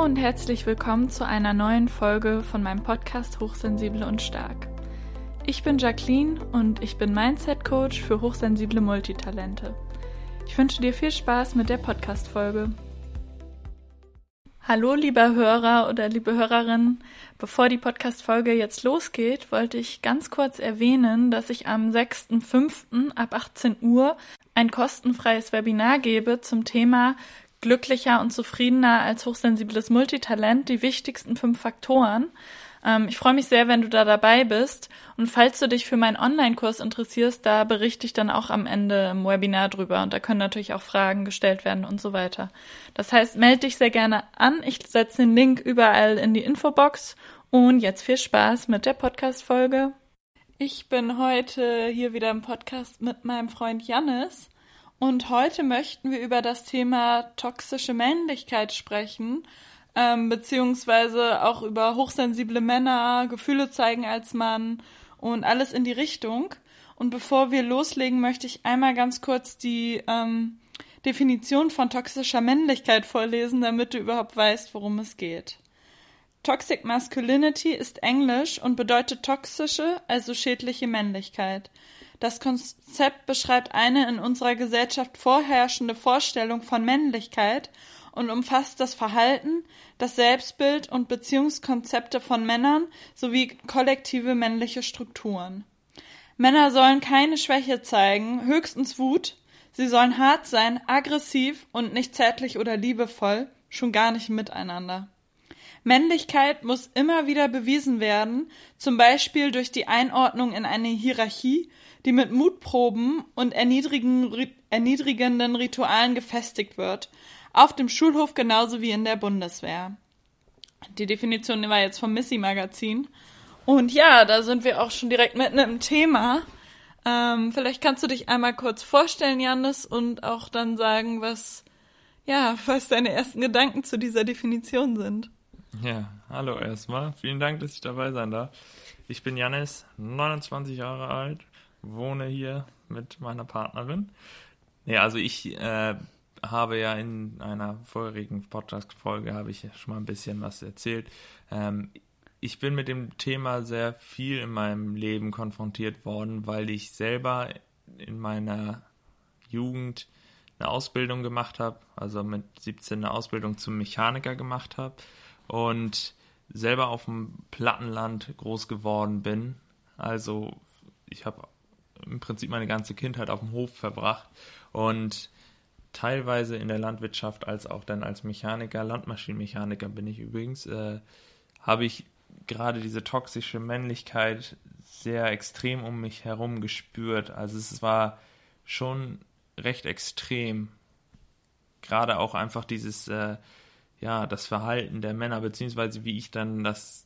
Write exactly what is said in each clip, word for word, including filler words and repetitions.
und herzlich willkommen zu einer neuen Folge von meinem Podcast Hochsensibel und Stark. Ich bin Jacqueline und ich bin Mindset-Coach für hochsensible Multitalente. Ich wünsche dir viel Spaß mit der Podcast-Folge. Hallo lieber Hörer oder liebe Hörerin, bevor die Podcast-Folge jetzt losgeht, wollte ich ganz kurz erwähnen, dass ich am sechster fünfter ab achtzehn Uhr ein kostenfreies Webinar gebe zum Thema glücklicher und zufriedener als hochsensibles Multitalent, die wichtigsten fünf Faktoren. Ähm, ich freue mich sehr, wenn du da dabei bist. Und falls du dich für meinen Online-Kurs interessierst, da berichte ich dann auch am Ende im Webinar drüber. Und da können natürlich auch Fragen gestellt werden und so weiter. Das heißt, melde dich sehr gerne an. Ich setze den Link überall in die Infobox. Und jetzt viel Spaß mit der Podcast-Folge. Ich bin heute hier wieder im Podcast mit meinem Freund Jannis. Und heute möchten wir über das Thema toxische Männlichkeit sprechen, ähm, beziehungsweise auch über hochsensible Männer, Gefühle zeigen als Mann und alles in die Richtung. Und bevor wir loslegen, möchte ich einmal ganz kurz die ähm, Definition von toxischer Männlichkeit vorlesen, damit du überhaupt weißt, worum es geht. Toxic Masculinity ist Englisch und bedeutet toxische, also schädliche Männlichkeit. Das Konzept beschreibt eine in unserer Gesellschaft vorherrschende Vorstellung von Männlichkeit und umfasst das Verhalten, das Selbstbild und Beziehungskonzepte von Männern sowie kollektive männliche Strukturen. Männer sollen keine Schwäche zeigen, höchstens Wut. Sie sollen hart sein, aggressiv und nicht zärtlich oder liebevoll, schon gar nicht miteinander. Männlichkeit muss immer wieder bewiesen werden, zum Beispiel durch die Einordnung in eine Hierarchie, die mit Mutproben und erniedrigen, erniedrigenden Ritualen gefestigt wird, auf dem Schulhof genauso wie in der Bundeswehr. Die Definition war jetzt vom Missy-Magazin. Und ja, da sind wir auch schon direkt mitten im Thema. Ähm, vielleicht kannst du dich einmal kurz vorstellen, Jannis, und auch dann sagen, was, ja, was deine ersten Gedanken zu dieser Definition sind. Ja, hallo erstmal. Vielen Dank, dass ich dabei sein darf. Ich bin Jannis, neunundzwanzig Jahre alt, wohne hier mit meiner Partnerin. Ja, also ich äh, habe ja in einer vorherigen Podcast-Folge habe ich schon mal ein bisschen was erzählt. Ähm, ich bin mit dem Thema sehr viel in meinem Leben konfrontiert worden, weil ich selber in meiner Jugend eine Ausbildung gemacht habe, also mit siebzehn eine Ausbildung zum Mechaniker gemacht habe und selber auf dem Plattenland groß geworden bin. Also ich habe im Prinzip meine ganze Kindheit auf dem Hof verbracht und teilweise in der Landwirtschaft als auch dann als Mechaniker, Landmaschinenmechaniker bin ich übrigens, äh, habe ich gerade diese toxische Männlichkeit sehr extrem um mich herum gespürt. Also es war schon recht extrem. Gerade auch einfach dieses, äh, ja, das Verhalten der Männer, beziehungsweise wie ich dann das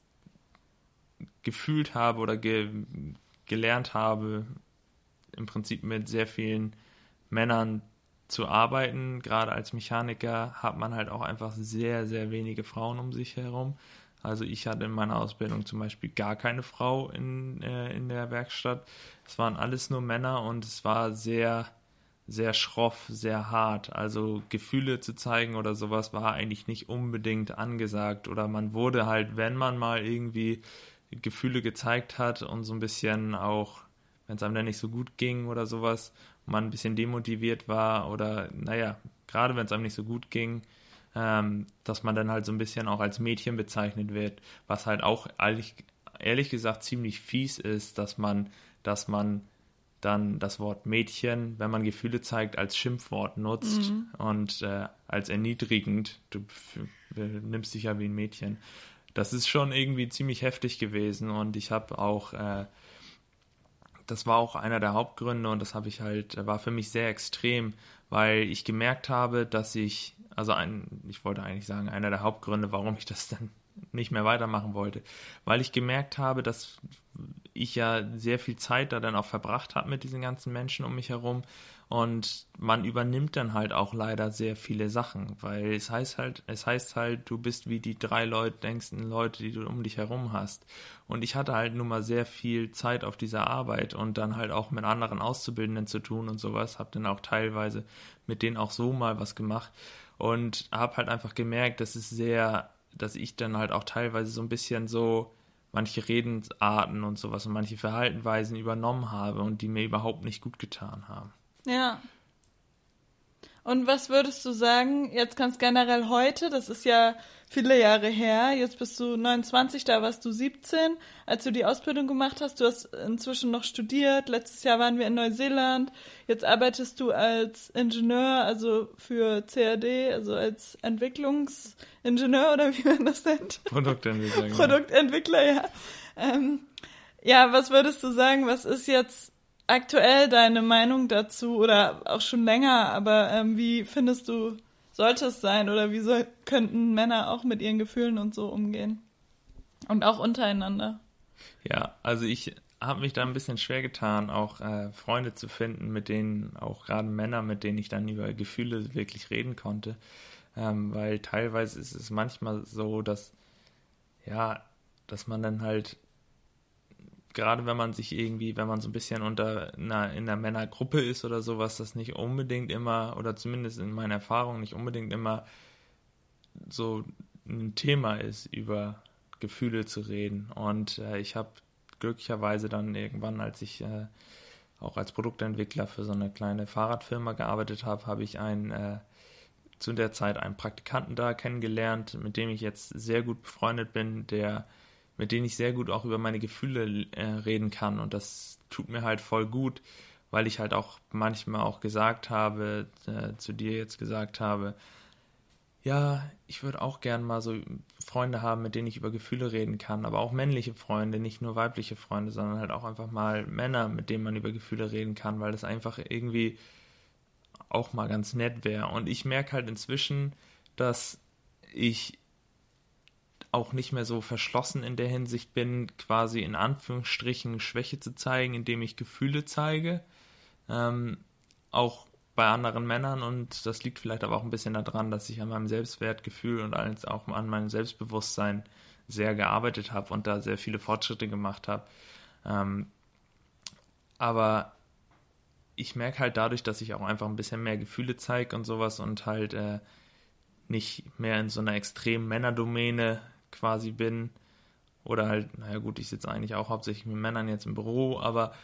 gefühlt habe oder ge- gelernt habe, im Prinzip mit sehr vielen Männern zu arbeiten. Gerade als Mechaniker hat man halt auch einfach sehr, sehr wenige Frauen um sich herum. Also ich hatte in meiner Ausbildung zum Beispiel gar keine Frau in, äh, in der Werkstatt. Es waren alles nur Männer und es war sehr, sehr schroff, sehr hart. Also Gefühle zu zeigen oder sowas war eigentlich nicht unbedingt angesagt. Oder man wurde halt, wenn man mal irgendwie Gefühle gezeigt hat und so ein bisschen auch, wenn es einem dann nicht so gut ging oder sowas, man ein bisschen demotiviert war oder, naja, gerade wenn es einem nicht so gut ging, ähm, dass man dann halt so ein bisschen auch als Mädchen bezeichnet wird, was halt auch ehrlich, ehrlich gesagt ziemlich fies ist, dass man, dass man dann das Wort Mädchen, wenn man Gefühle zeigt, als Schimpfwort nutzt mhm. und äh, als erniedrigend. Du f- nimmst dich ja wie ein Mädchen. Das ist schon irgendwie ziemlich heftig gewesen und ich habe auch äh, das war auch einer der Hauptgründe und das habe ich halt, war für mich sehr extrem, weil ich gemerkt habe, dass ich, also ein, ich wollte eigentlich sagen, einer der Hauptgründe, warum ich das dann nicht mehr weitermachen wollte, weil ich gemerkt habe, dass ich ja sehr viel Zeit da dann auch verbracht habe mit diesen ganzen Menschen um mich herum und man übernimmt dann halt auch leider sehr viele Sachen, weil es heißt halt, es heißt halt, du bist wie die drei Leute, denksten Leute, die du um dich herum hast. Und ich hatte halt nun mal sehr viel Zeit auf dieser Arbeit und dann halt auch mit anderen Auszubildenden zu tun und sowas, habe dann auch teilweise mit denen auch so mal was gemacht und habe halt einfach gemerkt, dass es sehr dass ich dann halt auch teilweise so ein bisschen so manche Redensarten und sowas und manche Verhaltensweisen übernommen habe und die mir überhaupt nicht gut getan haben. Ja. Und was würdest du sagen, jetzt ganz generell heute, das ist ja viele Jahre her, jetzt bist du neunundzwanzig, da warst du siebzehn, als du die Ausbildung gemacht hast, du hast inzwischen noch studiert, letztes Jahr waren wir in Neuseeland, jetzt arbeitest du als Ingenieur, also für C A D, also als Entwicklungsingenieur oder wie man das nennt? Produktentwickler. Genau. Produktentwickler, ja. Ähm, ja, was würdest du sagen, was ist jetzt aktuell deine Meinung dazu oder auch schon länger, aber ähm, wie findest du, sollte es sein oder wie soll, könnten Männer auch mit ihren Gefühlen und so umgehen? Und auch untereinander? Ja, also ich habe mich da ein bisschen schwer getan, auch äh, Freunde zu finden, mit denen, auch gerade Männer, mit denen ich dann über Gefühle wirklich reden konnte, ähm, weil teilweise ist es manchmal so, dass, ja, dass man dann halt gerade wenn man sich irgendwie, wenn man so ein bisschen unter einer, in einer Männergruppe ist oder sowas, das nicht unbedingt immer, oder zumindest in meiner Erfahrung nicht unbedingt immer so ein Thema ist, über Gefühle zu reden. Und äh, ich habe glücklicherweise dann irgendwann, als ich äh, auch als Produktentwickler für so eine kleine Fahrradfirma gearbeitet habe, habe ich einen äh, zu der Zeit einen Praktikanten da kennengelernt, mit dem ich jetzt sehr gut befreundet bin, der mit denen ich sehr gut auch über meine Gefühle äh, reden kann und das tut mir halt voll gut, weil ich halt auch manchmal auch gesagt habe, äh, zu dir jetzt gesagt habe, ja, ich würde auch gern mal so Freunde haben, mit denen ich über Gefühle reden kann, aber auch männliche Freunde, nicht nur weibliche Freunde, sondern halt auch einfach mal Männer, mit denen man über Gefühle reden kann, weil das einfach irgendwie auch mal ganz nett wäre. Und ich merke halt inzwischen, dass ich auch nicht mehr so verschlossen in der Hinsicht bin, quasi in Anführungsstrichen Schwäche zu zeigen, indem ich Gefühle zeige, ähm, auch bei anderen Männern und das liegt vielleicht aber auch ein bisschen daran, dass ich an meinem Selbstwertgefühl und als auch an meinem Selbstbewusstsein sehr gearbeitet habe und da sehr viele Fortschritte gemacht habe. Ähm, aber ich merke halt dadurch, dass ich auch einfach ein bisschen mehr Gefühle zeige und sowas und halt äh, nicht mehr in so einer extremen Männerdomäne quasi bin oder halt, naja gut, ich sitze eigentlich auch hauptsächlich mit Männern jetzt im Büro, aber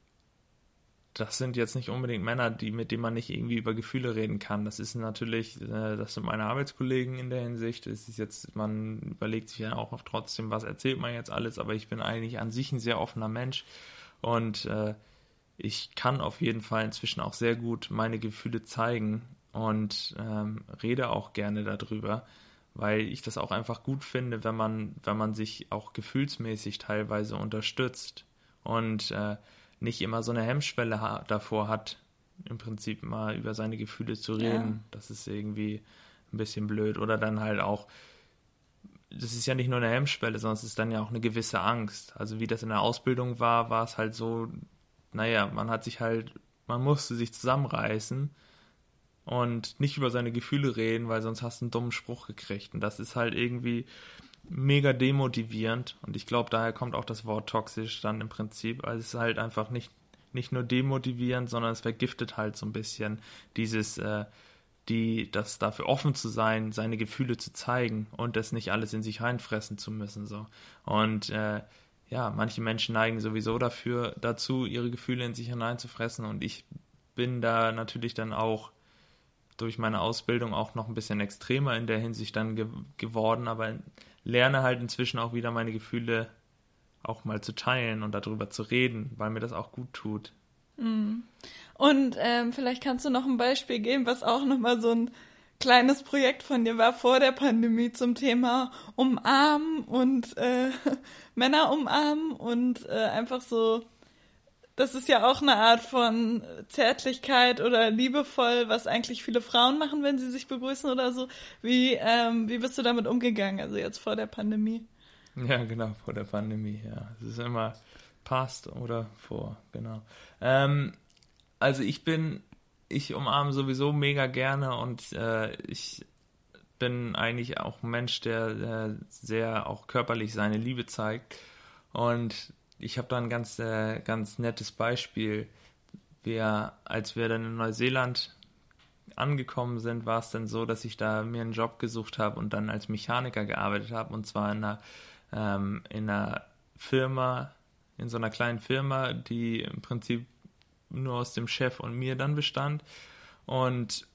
das sind jetzt nicht unbedingt Männer, die, mit denen man nicht irgendwie über Gefühle reden kann. Das ist natürlich, äh, das sind meine Arbeitskollegen in der Hinsicht. Es ist jetzt, man überlegt sich ja auch oft trotzdem, was erzählt man jetzt alles, aber ich bin eigentlich an sich ein sehr offener Mensch und äh, ich kann auf jeden Fall inzwischen auch sehr gut meine Gefühle zeigen und ähm, rede auch gerne darüber, weil ich das auch einfach gut finde, wenn man, wenn man sich auch gefühlsmäßig teilweise unterstützt und äh, nicht immer so eine Hemmschwelle ha- davor hat, im Prinzip mal über seine Gefühle zu reden. Ja. Das ist irgendwie ein bisschen blöd. Oder dann halt auch, das ist ja nicht nur eine Hemmschwelle, sondern es ist dann ja auch eine gewisse Angst. Also wie das in der Ausbildung war, war es halt so, naja, man hat sich halt, man musste sich zusammenreißen und nicht über seine Gefühle reden, weil sonst hast du einen dummen Spruch gekriegt. Und das ist halt irgendwie mega demotivierend. Und ich glaube, daher kommt auch das Wort toxisch dann im Prinzip. Also es ist halt einfach nicht, nicht nur demotivierend, sondern es vergiftet halt so ein bisschen dieses, äh, die, das dafür offen zu sein, seine Gefühle zu zeigen und das nicht alles in sich reinfressen zu müssen. So. Und äh, ja, manche Menschen neigen sowieso dafür, dazu, ihre Gefühle in sich hineinzufressen. Und ich bin da natürlich dann auch durch meine Ausbildung auch noch ein bisschen extremer in der Hinsicht dann ge- geworden, aber lerne halt inzwischen auch wieder meine Gefühle auch mal zu teilen und darüber zu reden, weil mir das auch gut tut. Und ähm, vielleicht kannst du noch ein Beispiel geben, was auch nochmal so ein kleines Projekt von dir war vor der Pandemie zum Thema Umarmen und äh, Männer umarmen und äh, einfach so, das ist ja auch eine Art von Zärtlichkeit oder liebevoll, was eigentlich viele Frauen machen, wenn sie sich begrüßen oder so. Wie, ähm, wie bist du damit umgegangen, also jetzt vor der Pandemie? Ja, genau, vor der Pandemie, ja. Es ist immer past oder vor, genau. Ähm, also ich bin, ich umarme sowieso mega gerne und äh, ich bin eigentlich auch ein Mensch, der äh, sehr auch körperlich seine Liebe zeigt und ich habe da ein ganz, äh, ganz nettes Beispiel. Wir, als wir dann in Neuseeland angekommen sind, war es dann so, dass ich da mir einen Job gesucht habe und dann als Mechaniker gearbeitet habe, und zwar in einer, ähm, in einer Firma, in so einer kleinen Firma, die im Prinzip nur aus dem Chef und mir dann bestand, und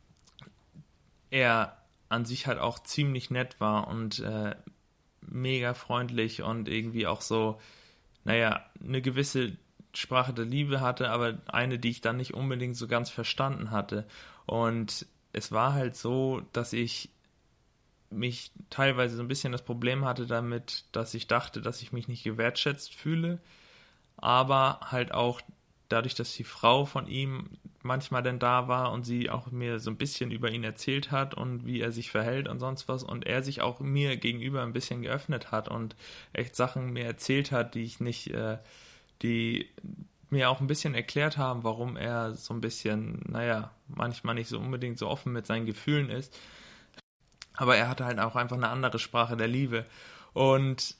er an sich halt auch ziemlich nett war und äh, mega freundlich und irgendwie auch so, naja, eine gewisse Sprache der Liebe hatte, aber eine, die ich dann nicht unbedingt so ganz verstanden hatte. Und es war halt so, dass ich mich teilweise so ein bisschen das Problem hatte damit, dass ich dachte, dass ich mich nicht gewertschätzt fühle, aber halt auch dadurch, dass die Frau von ihm manchmal dann da war und sie auch mir so ein bisschen über ihn erzählt hat und wie er sich verhält und sonst was, und er sich auch mir gegenüber ein bisschen geöffnet hat und echt Sachen mir erzählt hat, die ich nicht, äh, die mir auch ein bisschen erklärt haben, warum er so ein bisschen, naja, manchmal nicht so unbedingt so offen mit seinen Gefühlen ist. Aber er hatte halt auch einfach eine andere Sprache der Liebe. Und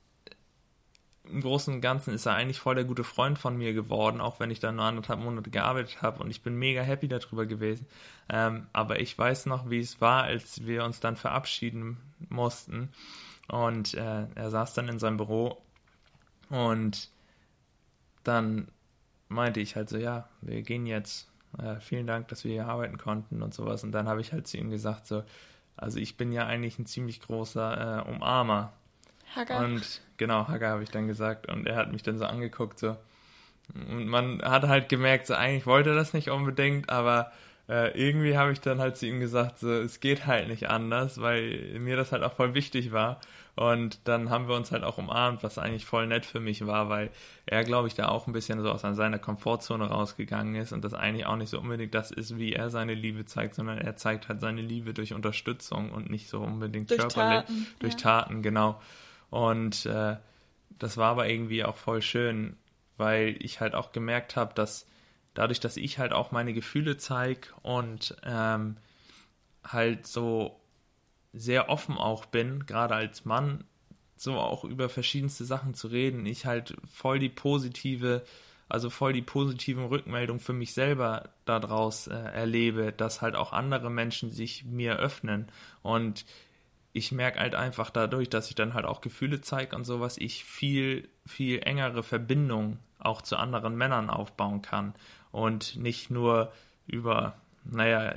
im Großen und Ganzen ist er eigentlich voll der gute Freund von mir geworden, auch wenn ich da nur anderthalb Monate gearbeitet habe, und ich bin mega happy darüber gewesen. Ähm, aber ich weiß noch, wie es war, als wir uns dann verabschieden mussten. Und äh, er saß dann in seinem Büro, und dann meinte ich halt so, ja, wir gehen jetzt. Äh, vielen Dank, dass wir hier arbeiten konnten und sowas. Und dann habe ich halt zu ihm gesagt so, also ich bin ja eigentlich ein ziemlich großer äh, Umarmer. Hagger. Und genau, Hagger habe ich dann gesagt, und er hat mich dann so angeguckt so. Und man hat halt gemerkt, so eigentlich wollte er das nicht unbedingt, aber äh, irgendwie habe ich dann halt zu ihm gesagt, so, es geht halt nicht anders, weil mir das halt auch voll wichtig war. Und dann haben wir uns halt auch umarmt, was eigentlich voll nett für mich war, weil er, glaube ich, da auch ein bisschen so aus seiner Komfortzone rausgegangen ist und das eigentlich auch nicht so unbedingt das ist, wie er seine Liebe zeigt, sondern er zeigt halt seine Liebe durch Unterstützung und nicht so unbedingt durch körperlich. Taten, Durch ja. Taten, genau. Und äh, das war aber irgendwie auch voll schön, weil ich halt auch gemerkt habe, dass dadurch, dass ich halt auch meine Gefühle zeige und ähm, halt so sehr offen auch bin, gerade als Mann, so auch über verschiedenste Sachen zu reden, ich halt voll die positive, also voll die positiven Rückmeldungen für mich selber daraus äh, erlebe, dass halt auch andere Menschen sich mir öffnen, und ich merke halt einfach dadurch, dass ich dann halt auch Gefühle zeige und sowas, ich viel, viel engere Verbindungen auch zu anderen Männern aufbauen kann und nicht nur über, naja,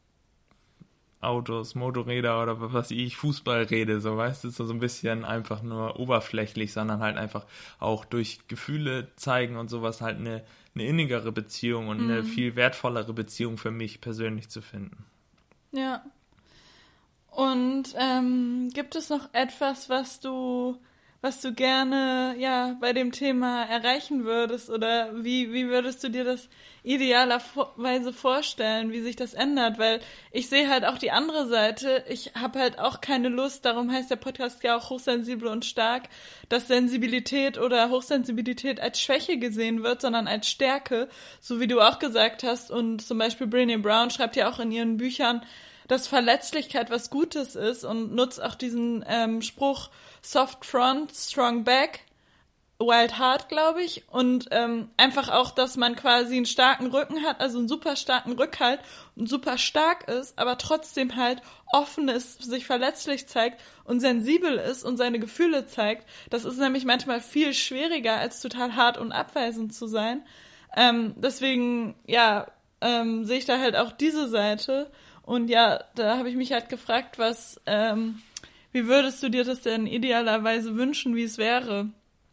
Autos, Motorräder oder was weiß ich, Fußball rede, so, weißt du, so, so ein bisschen einfach nur oberflächlich, sondern halt einfach auch durch Gefühle zeigen und sowas halt eine, eine innigere Beziehung und Mhm. eine viel wertvollere Beziehung für mich persönlich zu finden. Ja. Und ähm, gibt es noch etwas, was du, was du gerne ja bei dem Thema erreichen würdest, oder wie wie würdest du dir das idealerweise vorstellen, wie sich das ändert? Weil ich sehe halt auch die andere Seite. Ich habe halt auch keine Lust. Darum heißt der Podcast ja auch Hochsensibel und Stark, dass Sensibilität oder Hochsensibilität als Schwäche gesehen wird, sondern als Stärke, so wie du auch gesagt hast. Und zum Beispiel Brené Brown schreibt ja auch in ihren Büchern, dass Verletzlichkeit was Gutes ist, und nutzt auch diesen ähm, Spruch Soft Front, Strong Back, Wild Heart, glaube ich. Und ähm, einfach auch, dass man quasi einen starken Rücken hat, also einen super starken Rückhalt und super stark ist, aber trotzdem halt offen ist, sich verletzlich zeigt und sensibel ist und seine Gefühle zeigt. Das ist nämlich manchmal viel schwieriger, als total hart und abweisend zu sein. Ähm, deswegen, ja, ähm, sehe ich da halt auch diese Seite. Und ja, da habe ich mich halt gefragt, was, ähm, wie würdest du dir das denn idealerweise wünschen, wie es wäre?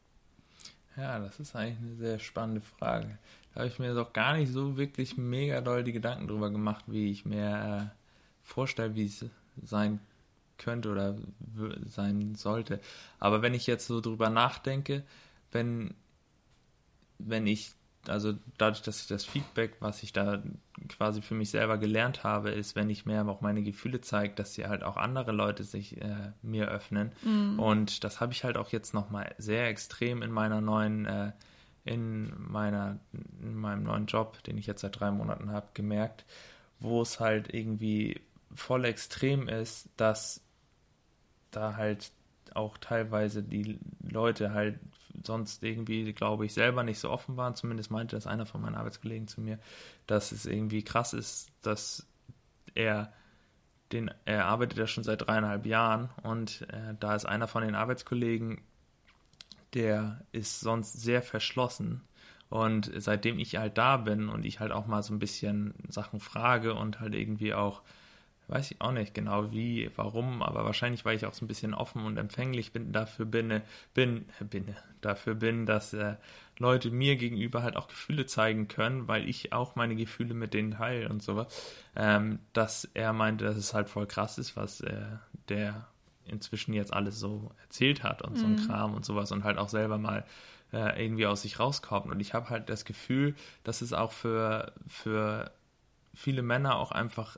Ja, das ist eigentlich eine sehr spannende Frage. Da habe ich mir doch gar nicht so wirklich mega doll die Gedanken drüber gemacht, wie ich mir äh, vorstelle, wie es sein könnte oder w- sein sollte. Aber wenn ich jetzt so drüber nachdenke, wenn, wenn ich, also dadurch, dass ich das Feedback, was ich da quasi für mich selber gelernt habe, ist, wenn ich mehr auch meine Gefühle zeige, dass sie halt auch andere Leute sich äh, mir öffnen. Mhm. Und das habe ich halt auch jetzt nochmal sehr extrem in meiner neuen, äh, in meiner, in meinem neuen Job, den ich jetzt seit drei Monaten habe, gemerkt, wo es halt irgendwie voll extrem ist, dass da halt auch teilweise die Leute halt sonst irgendwie, glaube ich, selber nicht so offen waren. Zumindest meinte das einer von meinen Arbeitskollegen zu mir, dass es irgendwie krass ist, dass er den, er arbeitet ja schon seit dreieinhalb Jahren und äh, da ist einer von den Arbeitskollegen, der ist sonst sehr verschlossen. Und seitdem ich halt da bin und ich halt auch mal so ein bisschen Sachen frage und halt irgendwie auch, weiß ich auch nicht genau wie, warum, aber wahrscheinlich, weil ich auch so ein bisschen offen und empfänglich bin, dafür bin, bin, bin dafür bin, dass äh, Leute mir gegenüber halt auch Gefühle zeigen können, weil ich auch meine Gefühle mit denen teile und sowas, ähm, dass er meinte, dass es halt voll krass ist, was äh, der inzwischen jetzt alles so erzählt hat und so ein Mhm. Kram und sowas und halt auch selber mal äh, irgendwie aus sich rauskommt. Und ich habe halt das Gefühl, dass es auch für, für viele Männer auch einfach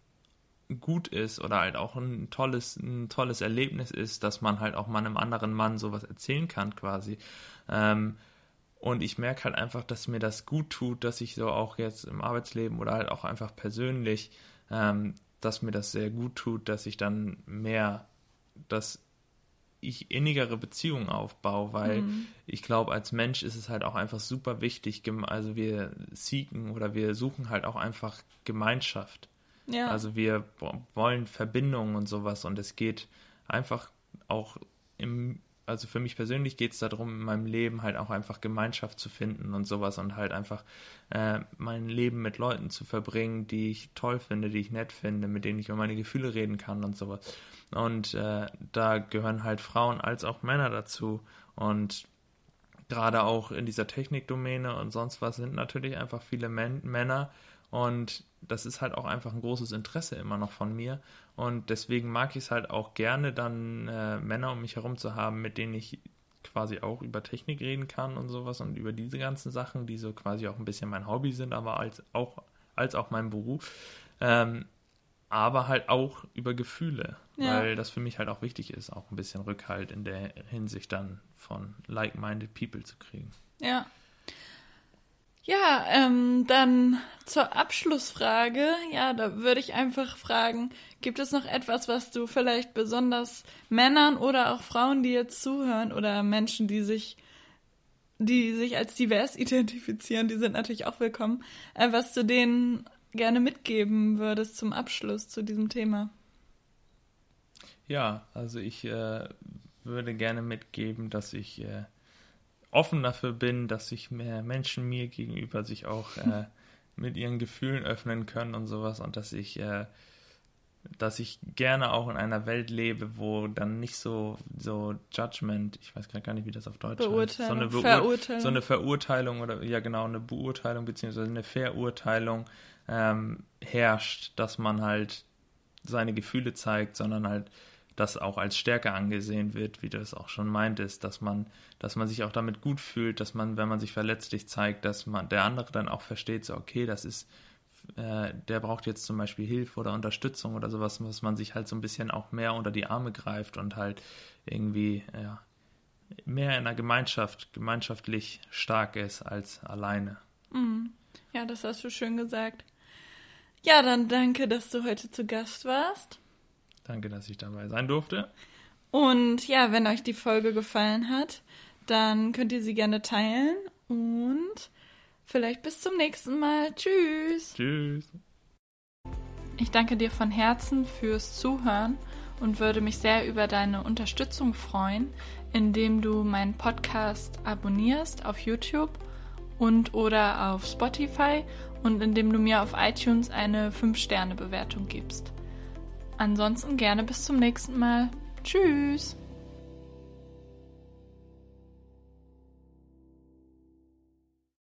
gut ist oder halt auch ein tolles, ein tolles Erlebnis ist, dass man halt auch mal einem anderen Mann sowas erzählen kann quasi. Ähm, und ich merke halt einfach, dass mir das gut tut, dass ich so auch jetzt im Arbeitsleben oder halt auch einfach persönlich, ähm, dass mir das sehr gut tut, dass ich dann mehr, dass ich innigere Beziehungen aufbaue, weil Mhm. ich glaube, als Mensch ist es halt auch einfach super wichtig, gem- also wir seeken oder wir suchen halt auch einfach Gemeinschaft. Ja. Also wir bo- wollen Verbindungen und sowas und es geht einfach auch im, also für mich persönlich geht es darum, in meinem Leben halt auch einfach Gemeinschaft zu finden und sowas und halt einfach äh, mein Leben mit Leuten zu verbringen, die ich toll finde, die ich nett finde, mit denen ich über meine Gefühle reden kann und sowas. Und äh, da gehören halt Frauen als auch Männer dazu und gerade auch in dieser Technikdomäne und sonst was sind natürlich einfach viele Men- Männer und das ist halt auch einfach ein großes Interesse immer noch von mir und deswegen mag ich es halt auch gerne, dann äh, Männer um mich herum zu haben, mit denen ich quasi auch über Technik reden kann und sowas und über diese ganzen Sachen, die so quasi auch ein bisschen mein Hobby sind, aber als auch, als auch mein Beruf, ähm, aber halt auch über Gefühle, Ja. weil das für mich halt auch wichtig ist, auch ein bisschen Rückhalt in der Hinsicht dann von like-minded people zu kriegen. Ja. Ja, ähm, dann zur Abschlussfrage. Ja, da würde ich einfach fragen, gibt es noch etwas, was du vielleicht besonders Männern oder auch Frauen, die jetzt zuhören oder Menschen, die sich, die sich als divers identifizieren, die sind natürlich auch willkommen, äh, was du denen gerne mitgeben würdest zum Abschluss zu diesem Thema? Ja, also ich äh, würde gerne mitgeben, dass ich äh, offen dafür bin, dass sich mehr Menschen mir gegenüber sich auch äh, mit ihren Gefühlen öffnen können und sowas und dass ich äh, dass ich gerne auch in einer Welt lebe, wo dann nicht so so Judgment, ich weiß gerade gar nicht, wie das auf Deutsch heißt, so eine, Beurteilung, Beur- Verurteilung. so eine Verurteilung oder ja genau, eine Beurteilung beziehungsweise eine Verurteilung ähm, herrscht, dass man halt seine Gefühle zeigt, sondern halt das auch als Stärke angesehen wird, wie du es auch schon meintest, dass man, dass man sich auch damit gut fühlt, dass man, wenn man sich verletzlich zeigt, dass man der andere dann auch versteht, so okay, das ist, äh, der braucht jetzt zum Beispiel Hilfe oder Unterstützung oder sowas, dass man sich halt so ein bisschen auch mehr unter die Arme greift und halt irgendwie ja, mehr in einer Gemeinschaft, gemeinschaftlich stark ist als alleine. Mhm. Ja, das hast du schön gesagt. Ja, dann danke, dass du heute zu Gast warst. Danke, dass ich dabei sein durfte. Und ja, wenn euch die Folge gefallen hat, dann könnt ihr sie gerne teilen und vielleicht bis zum nächsten Mal. Tschüss. Tschüss. Ich danke dir von Herzen fürs Zuhören und würde mich sehr über deine Unterstützung freuen, indem du meinen Podcast abonnierst auf YouTube und oder auf Spotify und indem du mir auf iTunes eine fünf Sterne Bewertung gibst. Ansonsten gerne bis zum nächsten Mal. Tschüss!